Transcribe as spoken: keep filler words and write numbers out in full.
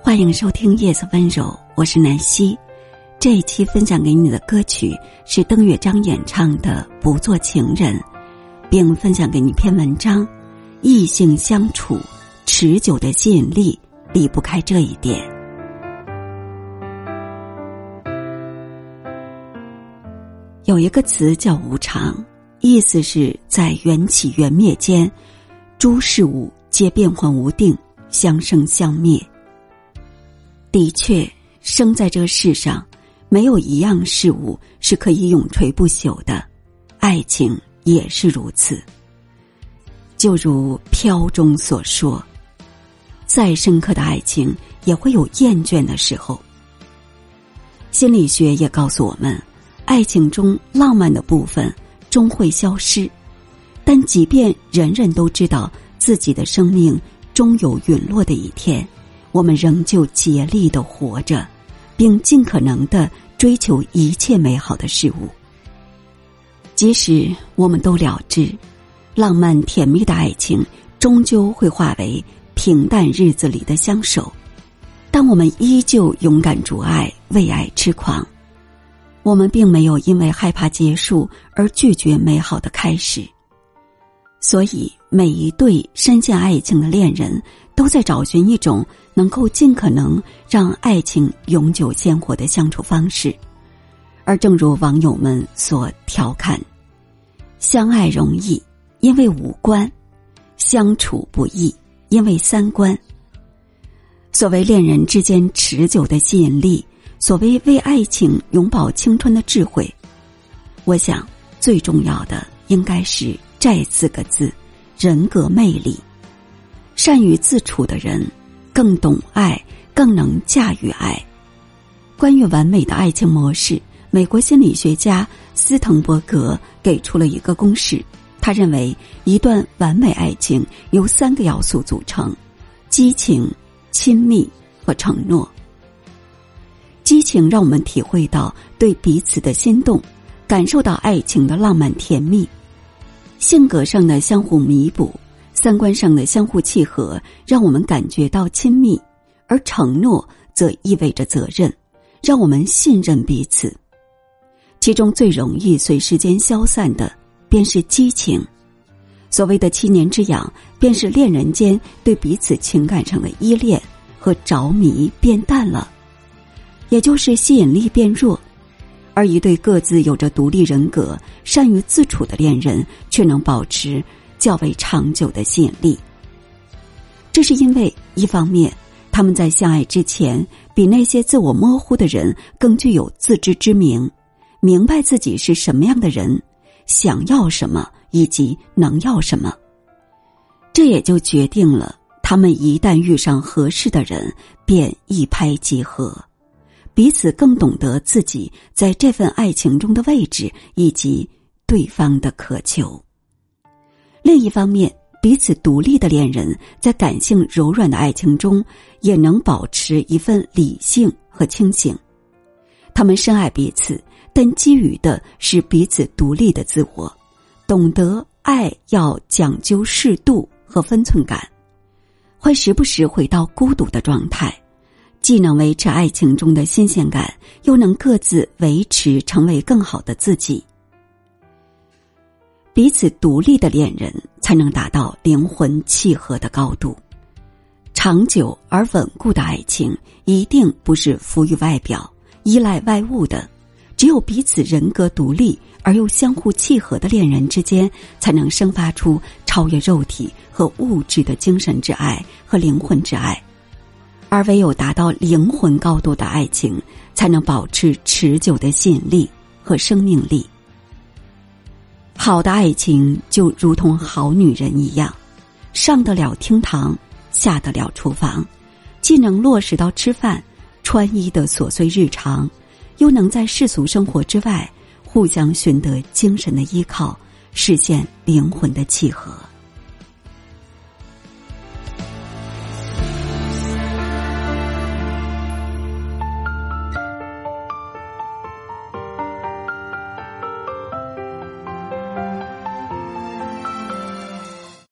欢迎收听夜色温柔，我是南希。这一期分享给你的歌曲是邓乐章演唱的《不做情人》，并分享给你一篇文章：异性相处，持久的吸引力离不开这一点。有一个词叫无常，意思是在缘起缘灭间，诸事物皆变幻无定，相生相灭。的确，生在这世上，没有一样事物是可以永垂不朽的，爱情也是如此。就如飘中所说，再深刻的爱情也会有厌倦的时候。心理学也告诉我们，爱情中浪漫的部分终会消失，但即便人人都知道自己的生命终有陨落的一天，我们仍旧竭力地活着，并尽可能地追求一切美好的事物。即使我们都了知，浪漫甜蜜的爱情终究会化为平淡日子里的相守，但我们依旧勇敢逐爱，为爱痴狂。我们并没有因为害怕结束而拒绝美好的开始。所以每一对深陷爱情的恋人都在找寻一种能够尽可能让爱情永久鲜活的相处方式。而正如网友们所调侃，相爱容易，因为五官；相处不易，因为三观。所谓恋人之间持久的吸引力，所谓为爱情永葆青春的智慧，我想最重要的应该是这四个字：人格魅力。善于自处的人更懂爱，更能驾驭爱。关于完美的爱情模式，美国心理学家斯滕伯格给出了一个公式。他认为一段完美爱情由三个要素组成：激情、亲密和承诺。激情让我们体会到对彼此的心动，感受到爱情的浪漫甜蜜。性格上的相互弥补，三观上的相互契合，让我们感觉到亲密。而承诺则意味着责任，让我们信任彼此。其中最容易随时间消散的便是激情。所谓的七年之痒，便是恋人间对彼此情感上的依恋和着迷变淡了，也就是吸引力变弱。而一对各自有着独立人格、善于自处的恋人，却能保持较为长久的吸引力。这是因为一方面，他们在相爱之前，比那些自我模糊的人更具有自知之明，明白自己是什么样的人，想要什么以及能要什么。这也就决定了他们一旦遇上合适的人，便一拍即合，彼此更懂得自己在这份爱情中的位置以及对方的渴求。另一方面，彼此独立的恋人在感性柔软的爱情中也能保持一份理性和清醒。他们深爱彼此，但基于的是彼此独立的自我，懂得爱要讲究适度和分寸感，会时不时回到孤独的状态，既能维持爱情中的新鲜感，又能各自维持成为更好的自己。彼此独立的恋人才能达到灵魂契合的高度。长久而稳固的爱情一定不是服于外表、依赖外物的，只有彼此人格独立而又相互契合的恋人之间，才能生发出超越肉体和物质的精神之爱和灵魂之爱。而唯有达到灵魂高度的爱情，才能保持持久的吸引力和生命力。好的爱情就如同好女人一样，上得了厅堂，下得了厨房，既能落实到吃饭、穿衣的琐碎日常，又能在世俗生活之外互相寻得精神的依靠，实现灵魂的契合。